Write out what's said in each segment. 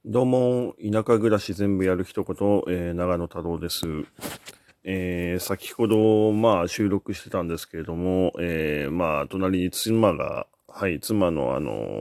どうも、田舎暮らし全部やる一言、長野太郎です。先ほど、収録してたんですけれども、隣に妻が、はい、妻の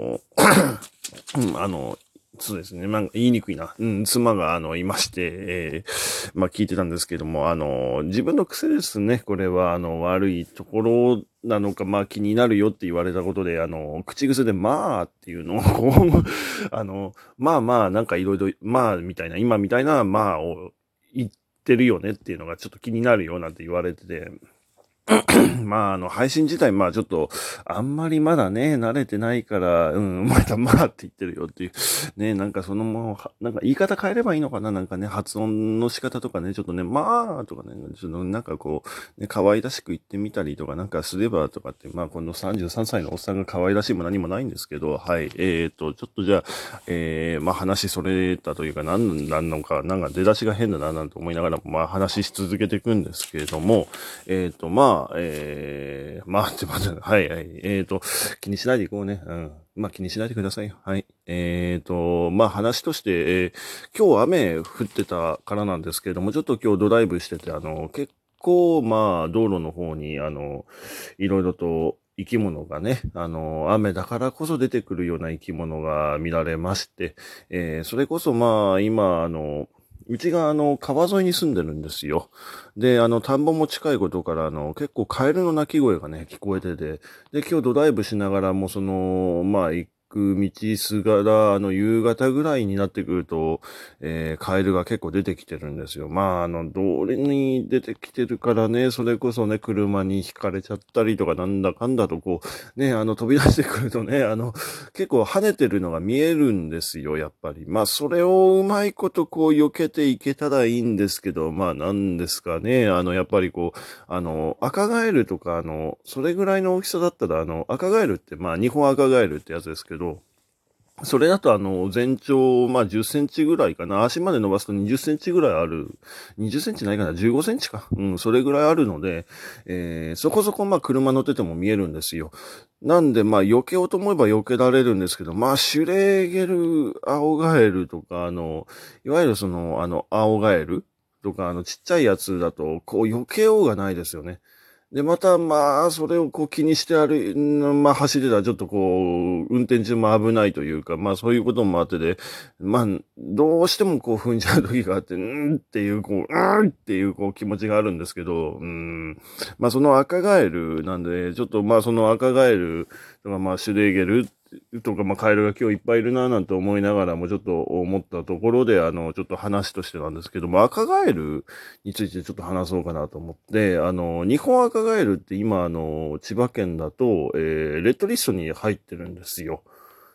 そうですね。言いにくいな。妻が、いまして、聞いてたんですけども、自分の癖ですね。これは、悪いところなのか、気になるよって言われたことで、口癖で、っていうのを、こう、なんかいろいろ、みたいな、今みたいな、を言ってるよねっていうのがちょっと気になるよなんて言われてて、配信自体、ちょっと、あんまりまだね、慣れてないから、まだって言ってるよっていう。ね、なんかそのもう、なんか言い方変えればいいのかななんかね、発音の仕方とかね、ちょっとね、とかね、ちょっとなんかこう、ね、可愛らしく言ってみたりとかなんかすればとかって、この33歳のおっさんが可愛らしいも何もないんですけど、はい、ちょっとじゃあ、話それたというか、なんのか、なんか出だしが変だな、なんて思いながらも、話し続けていくんですけれども、ってはいはい。気にしないでいこうね。気にしないでくださいよ。はい。話として、今日雨降ってたからなんですけれども、ちょっと今日ドライブしてて、結構、道路の方に、いろいろと生き物がね、雨だからこそ出てくるような生き物が見られまして、それこそ今、うちが川沿いに住んでるんですよ。で、田んぼも近いことから、結構カエルの鳴き声がね、聞こえてて、で、今日ドライブしながらも、行く道すがら、夕方ぐらいになってくると、カエルが結構出てきてるんですよ。通りに出てきてるからね、それこそね、車にひかれちゃったりとか、なんだかんだとこう、ね、飛び出してくるとね、結構跳ねてるのが見えるんですよ、やっぱり。それをうまいことこう避けていけたらいいんですけど、なんですかね、やっぱりこう、赤ガエルとか、それぐらいの大きさだったら、赤ガエルって、日本赤ガエルってやつですけど、それだと全長、10センチぐらいかな。足まで伸ばすと20センチぐらいある。20センチないかな ?15 センチか。それぐらいあるので、そこそこ車乗ってても見えるんですよ。なんで、避けようと思えば避けられるんですけど、シュレーゲル、アオガエルとか、いわゆるアオガエルとか、ちっちゃいやつだと、こう避けようがないですよね。で、また、それをこう気にして走ってたらちょっとこう、運転中も危ないというか、そういうこともあってで、どうしてもこう踏んじゃう時があって、っていう、っていうこう気持ちがあるんですけど、その赤ガエルなんで、ちょっとその赤ガエルとかシュレーゲルとか、カエルが今日いっぱいいるななんて思いながらもちょっと思ったところで、ちょっと話としてなんですけども、赤ガエルについてちょっと話そうかなと思って、日本赤ガエルって今、千葉県だと、レッドリストに入ってるんですよ。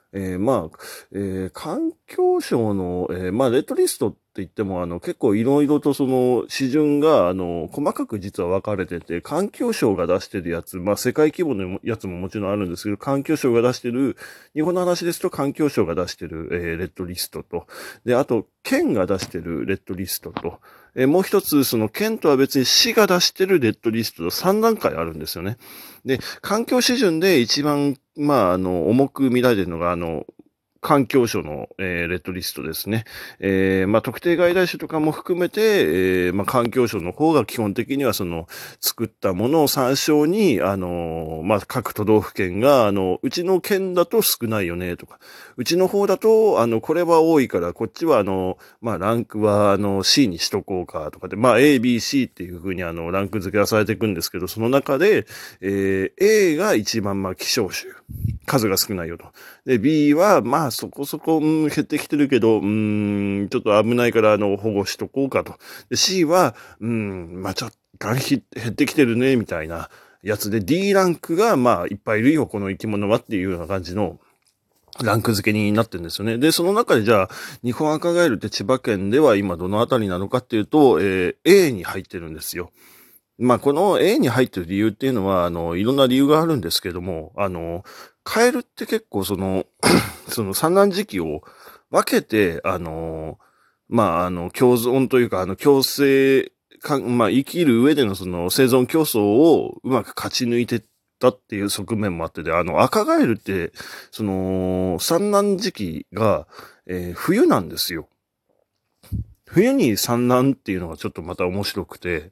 環境省の、レッドリストって言っても、結構いろいろとその、基準が、細かく実は分かれてて、環境省が出してるやつ、世界規模のやつももちろんあるんですけど、環境省が出してる、日本の話ですと環境省が出してる、レッドリストと、で、あと、県が出してるレッドリストと、もう一つ、その県とは別に市が出してるレッドリストと3段階あるんですよね。で、環境基準で一番、重く見られてるのが、環境省の、レッドリストですね。特定外来種とかも含めて、環境省の方が基本的にはその、作ったものを参照に、各都道府県が、うちの県だと少ないよね、とか、うちの方だと、これは多いから、こっちはランクは、C にしとこうか、とかで、A、B、C っていう風にランク付けはされていくんですけど、その中で、A が一番、希少種。数が少ないよと。で、B は、そこそこ、減ってきてるけど、ちょっと危ないから、保護しとこうかと。で、C は、ちょっと、減ってきてるね、みたいなやつで、D ランクが、いっぱいいるよ、この生き物はっていうような感じの、ランク付けになってるんですよね。で、その中でじゃあ、日本赤ガエルって千葉県では今どのあたりなのかっていうと、A に入ってるんですよ。この A に入ってる理由っていうのは、いろんな理由があるんですけども、カエルって結構その産卵時期を分けて、共存というか、共生か、生きる上でのその生存競争をうまく勝ち抜いてたっていう側面もあってで、赤ガエルって、産卵時期が、冬なんですよ。冬に産卵っていうのがちょっとまた面白くて、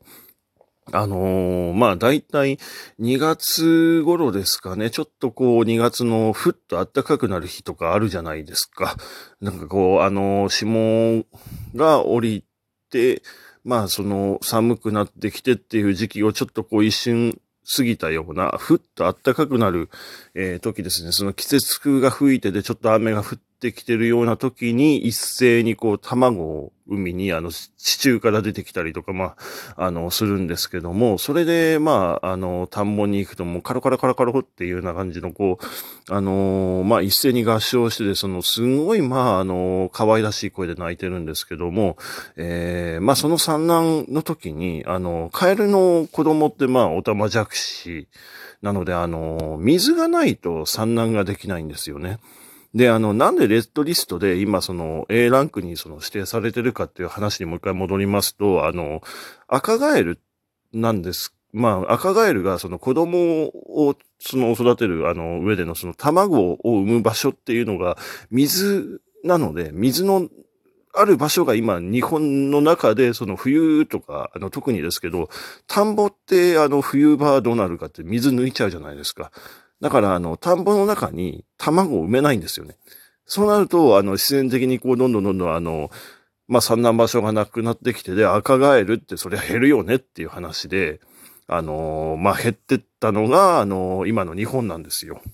だいたい2月頃ですかね。ちょっとこう2月のふっと暖かくなる日とかあるじゃないですか。なんかこう、霜が降りて、寒くなってきてっていう時期をちょっとこう一瞬過ぎたような、ふっと暖かくなる、時ですね。その季節風が吹いててちょっと雨が降ってきてるような時に一斉にこう卵を海に地中から出てきたりとか、するんですけども、それで、田んぼに行くともうカラカラカラカラっていうような感じのこう、一斉に合唱してで、すごい、可愛らしい声で泣いてるんですけども、その産卵の時に、カエルの子供って、オタマジャクシなので、水がないと産卵ができないんですよね。で、なんでレッドリストで今A ランクに指定されてるかっていう話にもう一回戻りますと、赤ガエルなんです。赤ガエルが子供を育てる上での卵を産む場所っていうのが水なので、水のある場所が今日本の中で冬とか特にですけど、田んぼって冬場どうなるかって水抜いちゃうじゃないですか。だから、田んぼの中に卵を埋めないんですよね。そうなると、自然的にこう、どんどん産卵場所がなくなってきてで、赤ガエルってそりゃ減るよねっていう話で、減ってったのが、今の日本なんですよ。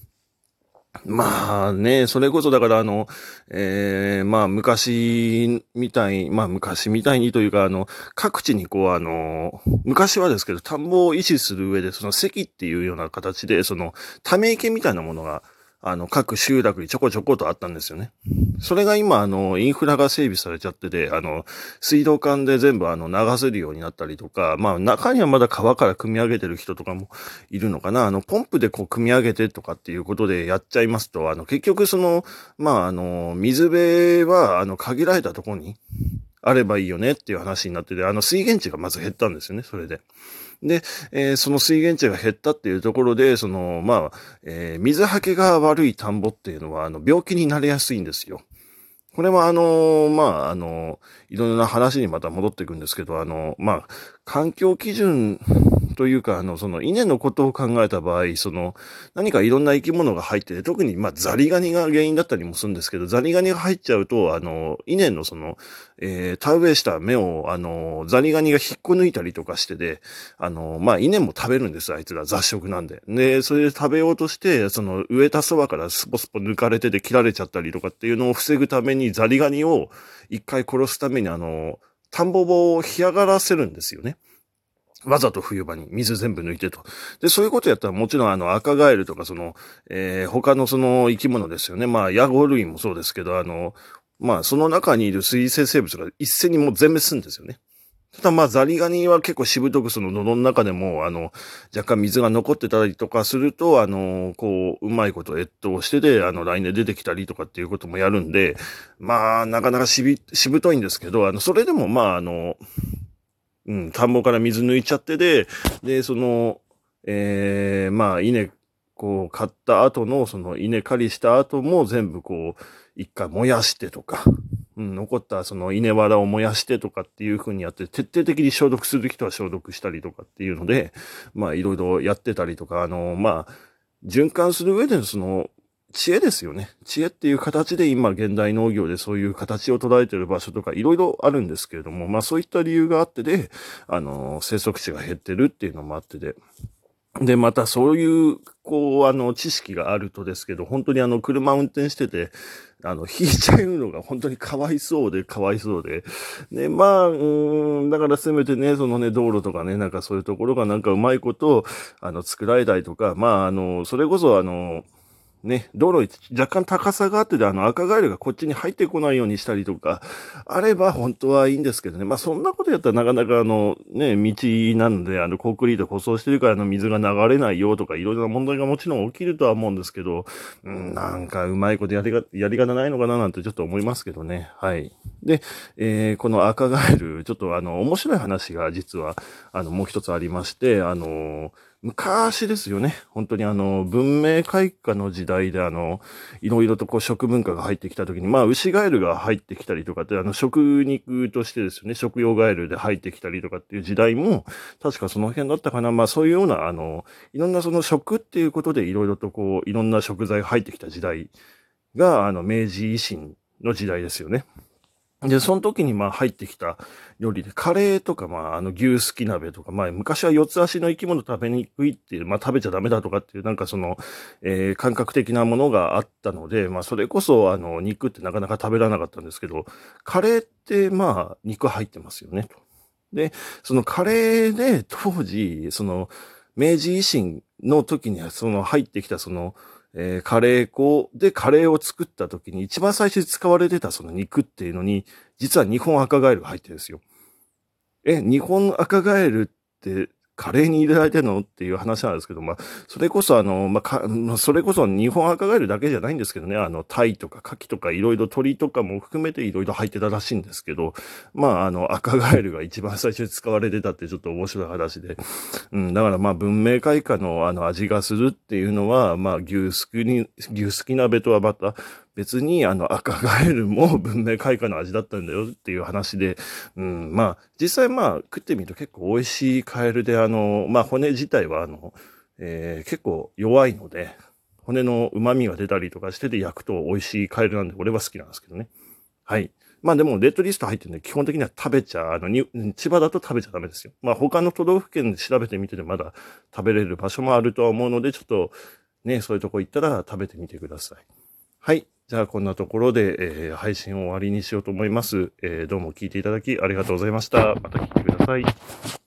それこそだから昔みたいにというか各地にこう昔はですけど、田んぼを維持する上で、堰っていうような形で、ため池みたいなものが、各集落にちょこちょことあったんですよね。それが今、インフラが整備されちゃってて、水道管で全部流せるようになったりとか、中にはまだ川から汲み上げてる人とかもいるのかな。ポンプでこう汲み上げてとかっていうことでやっちゃいますと、結局水辺は、限られたところにあればいいよねっていう話になってて、水源地がまず減ったんですよね、それで。で、その水源地が減ったっていうところで、水はけが悪い田んぼっていうのは、病気になりやすいんですよ。これはいろんな話にまた戻っていくんですけど、環境基準というか、稲のことを考えた場合、何かいろんな生き物が入ってて、特に、ザリガニが原因だったりもするんですけど、ザリガニが入っちゃうと、稲の田植えした芽を、ザリガニが引っこ抜いたりとかしてで、稲も食べるんです、あいつら雑食なんで。で、それで食べようとして、植えたそばからスポスポ抜かれてて切られちゃったりとかっていうのを防ぐために、ザリガニを一回殺すために、田んぼを干上がらせるんですよね。わざと冬場に水全部抜いてと。で、そういうことやったらもちろん赤ガエルとか他の生き物ですよね。ヤゴ類もそうですけど、その中にいる水生生物が一斉にもう全滅するんですよね。ただザリガニは結構しぶとく喉の中でも、若干水が残ってたりとかすると、うまいこと越冬してて、来年出てきたりとかっていうこともやるんで、なかなかしぶといんですけど、それでも田んぼから水抜いちゃってで、稲、こう、買った後の、稲刈りした後も全部こう、一回燃やしてとか、残った稲わらを燃やしてとかっていう風にやって、徹底的に消毒する人は消毒したりとかっていうので、いろいろやってたりとか、循環する上での知恵ですよね。知恵っていう形で今現代農業でそういう形を捉えている場所とかいろいろあるんですけれども、そういった理由があってで、生息地が減ってるっていうのもあってで、またそういう、知識があるとですけど、本当に車運転してて、引いちゃうのが本当にかわいそうで。で、だからせめてね、道路とかね、なんかそういうところがなんかうまいこと、作られたりとか、それこそ道路に若干高さがあってで、赤ガエルがこっちに入ってこないようにしたりとか、あれば本当はいいんですけどね。そんなことやったらなかなか道なので、コンクリート舗装してるから水が流れないよとか、いろいろな問題がもちろん起きるとは思うんですけど、なんかうまいことやり方ないのかななんてちょっと思いますけどね。はい。で、この赤ガエル、ちょっと面白い話が実は、もう一つありまして、 昔ですよね。本当に文明開化の時代でいろいろとこう食文化が入ってきた時に、まあ、牛ガエルが入ってきたりとかって、食肉としてですよね、食用ガエルで入ってきたりとかっていう時代も、確かその辺だったかな。まあ、そういうような、いろんなその食っていうことでいろいろとこう、いろんな食材が入ってきた時代が、明治維新の時代ですよね。で、その時にまあ入ってきた料理で、カレーとか、まあ牛すき鍋とか、まあ昔は四つ足の生き物食べにくいっていう、まあ食べちゃダメだとかっていう、なんかその、感覚的なものがあったので、まあそれこそ肉ってなかなか食べられなかったんですけど、カレーってまあ肉入ってますよね、と。で、そのカレーで当時、その、明治維新の時にはその入ってきたその、カレー粉でカレーを作った時に一番最初に使われてたその肉っていうのに、実は日本赤ガエルが入ってるんですよ。日本赤ガエルってカレーに入れられてるのっていう話なんですけど、まあ、それこそそれこそ日本赤ガエルだけじゃないんですけどね、タイとかカキとかいろいろ鳥とかも含めていろいろ入ってたらしいんですけど、まあ、赤ガエルが一番最初に使われてたってちょっと面白い話で、だからまあ文明開化の味がするっていうのは、まあ牛すき鍋とはまた別に赤ガエルも文明開化の味だったんだよっていう話で、まあ実際まあ食ってみると結構美味しいカエルでまあ骨自体は結構弱いので、骨の旨味が出たりとかしてて焼くと美味しいカエルなんで俺は好きなんですけどね。はい。まあでも、レッドリスト入ってるんで、基本的には食べちゃ、千葉だと食べちゃダメですよ。まあ他の都道府県で調べてみててまだ食べれる場所もあるとは思うので、ちょっとね、そういうとこ行ったら食べてみてください。はい。じゃあこんなところで、配信を終わりにしようと思います。どうも聞いていただきありがとうございました。また聞いてください。